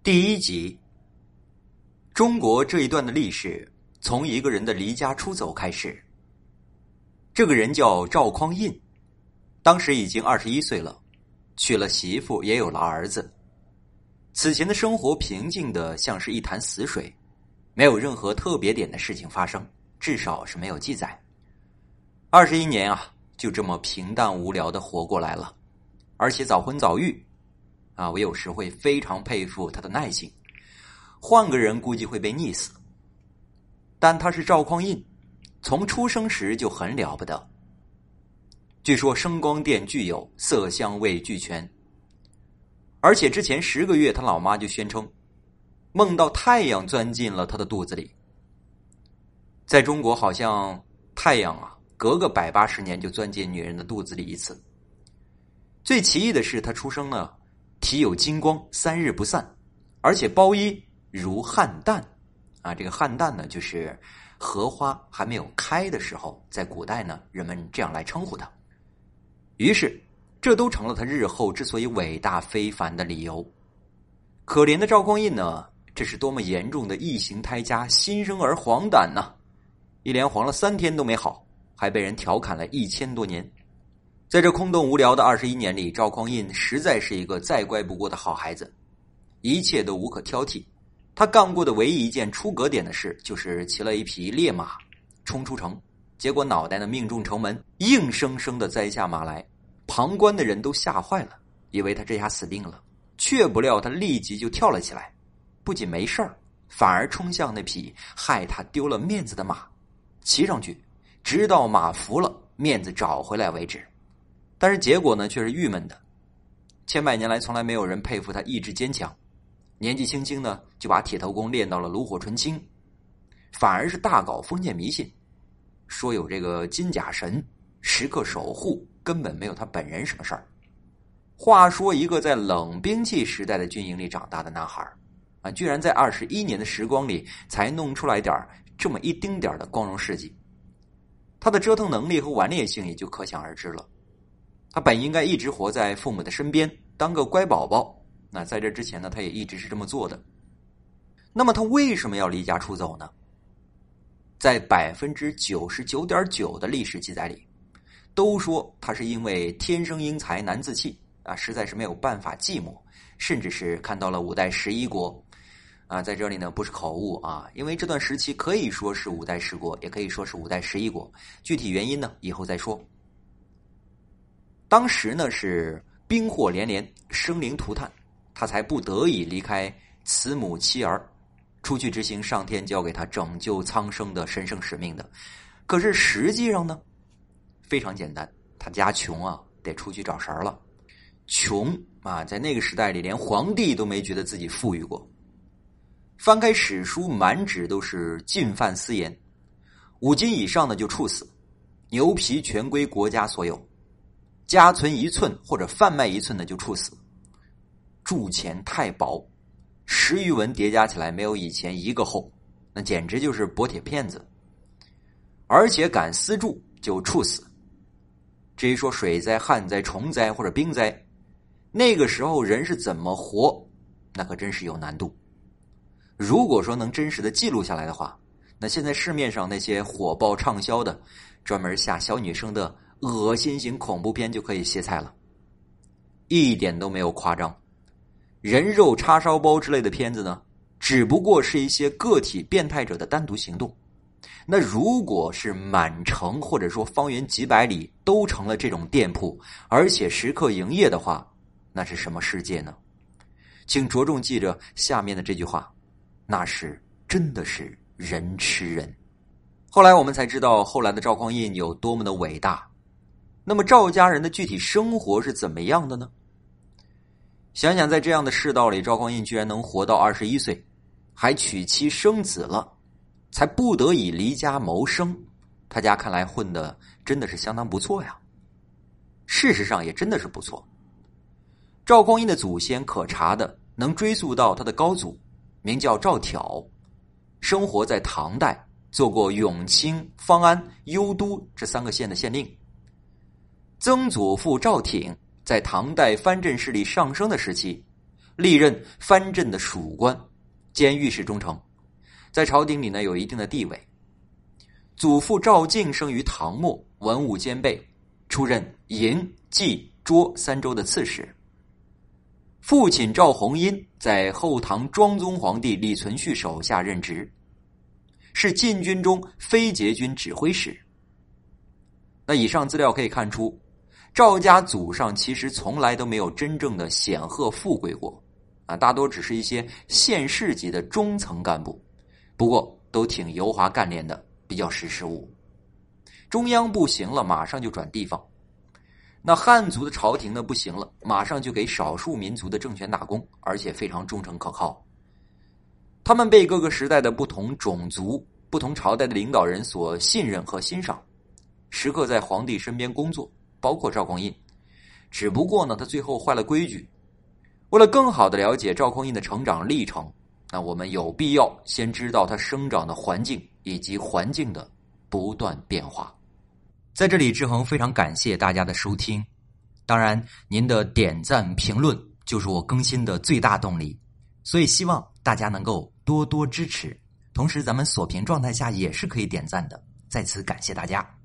第一集，中国这一段的历史从一个人的离家出走开始。这个人叫赵匡胤，当时已经21岁了，娶了媳妇，也有了儿子。此前的生活平静的像是一潭死水，没有任何特别点的事情发生，至少是没有记载。21年啊，就这么平淡无聊的活过来了，而且早婚早育啊，我有时会非常佩服他的耐性，换个人估计会被溺死。但他是赵匡胤，从出生时就很了不得。据说声光电具有，色香味俱全。而且之前10个月他老妈就宣称梦到太阳钻进了他的肚子里。在中国好像太阳啊隔个180年就钻进女人的肚子里一次。最奇异的是他出生呢体有金光，3日不散，而且包衣如菡萏啊，这个菡萏呢就是荷花还没有开的时候，在古代呢人们这样来称呼它。于是这都成了他日后之所以伟大非凡的理由。可怜的赵匡胤呢，这是多么严重的异形胎加新生儿黄疸呢，一连黄了3天都没好，还被人调侃了1000多年。在这空洞无聊的21年里，赵匡胤实在是一个再乖不过的好孩子，一切都无可挑剔。他干过的唯一一件出格点的事，就是骑了一匹烈马冲出城，结果脑袋呢命中城门，硬生生的栽下马来。旁观的人都吓坏了，以为他这下死定了，却不料他立即就跳了起来，不仅没事儿，反而冲向那匹害他丢了面子的马，骑上去直到马服了，面子找回来为止。但是结果呢却是郁闷的，千百年来从来没有人佩服他意志坚强，年纪轻轻呢就把铁头功练到了炉火纯青，反而是大搞封建迷信，说有这个金甲神时刻守护，根本没有他本人什么事儿。话说一个在冷兵器时代的军营里长大的男孩啊，居然在21年的时光里才弄出来这么一丁点的光荣事迹，他的折腾能力和顽劣性也就可想而知了。他本应该一直活在父母的身边，当个乖宝宝，那在这之前呢，他也一直是这么做的。那么他为什么要离家出走呢？在 99.9% 的历史记载里都说他是因为天生英才难自弃啊，实在是没有办法寂寞，甚至是看到了5代11国啊，在这里呢不是口误啊，因为这段时期可以说是5代10国，也可以说是5代11国，具体原因呢以后再说。当时呢是兵祸连连，生灵涂炭，他才不得已离开慈母妻儿，出去执行上天交给他拯救苍生的神圣使命的。可是实际上呢非常简单，他家穷啊，得出去找食儿了。穷啊，在那个时代里连皇帝都没觉得自己富裕过。翻开史书，满纸都是进犯私盐，5斤以上的就处死，牛皮全归国家所有，家存1寸或者贩卖1寸的就处死。铸钱太薄，10余文叠加起来没有以前1个厚，那简直就是薄铁片子。而且敢私铸就处死。至于说水灾、旱灾、虫灾或者冰灾，那个时候人是怎么活，那可真是有难度。如果说能真实的记录下来的话，那现在市面上那些火爆畅销的专门吓小女生的恶心型恐怖片就可以歇菜了，一点都没有夸张。人肉叉烧包之类的片子呢，只不过是一些个体变态者的单独行动。那如果是满城或者说方圆几百里都成了这种店铺，而且时刻营业的话，那是什么世界呢？请着重记着下面的这句话，那是真的是人吃人。后来我们才知道后来的赵匡胤有多么的伟大。那么赵家人的具体生活是怎么样的呢？想想在这样的世道里，赵匡胤居然能活到21岁，还娶妻生子了，才不得已离家谋生，他家看来混的真的是相当不错呀。事实上也真的是不错。赵匡胤的祖先可查的能追溯到他的高祖，名叫赵挑，生活在唐代，做过永清、方安、幽都这3个县的县令。曾祖父赵挺在唐代藩镇势力上升的时期， 历任藩镇的属官，兼御史中丞，在朝廷里呢有一定的地位。祖父赵敬生于唐末，文武兼备，出任营、冀、涿三州的刺史。父亲赵弘殷在后唐庄宗皇帝李存勖手下任职，是禁军中飞节军指挥使。那以上资料可以看出，赵家祖上其实从来都没有真正的显赫富贵过啊，大多只是一些县市级的中层干部，不过都挺油滑干练的，比较识时务。中央不行了，马上就转地方。那汉族的朝廷呢不行了，马上就给少数民族的政权打工，而且非常忠诚可靠。他们被各个时代的不同种族、不同朝代的领导人所信任和欣赏，时刻在皇帝身边工作，包括赵匡胤。只不过呢，他最后坏了规矩。为了更好的了解赵匡胤的成长历程，那我们有必要先知道他生长的环境以及环境的不断变化。在这里，志恒非常感谢大家的收听，当然您的点赞评论就是我更新的最大动力，所以希望大家能够多多支持。同时咱们锁屏状态下也是可以点赞的，在此感谢大家。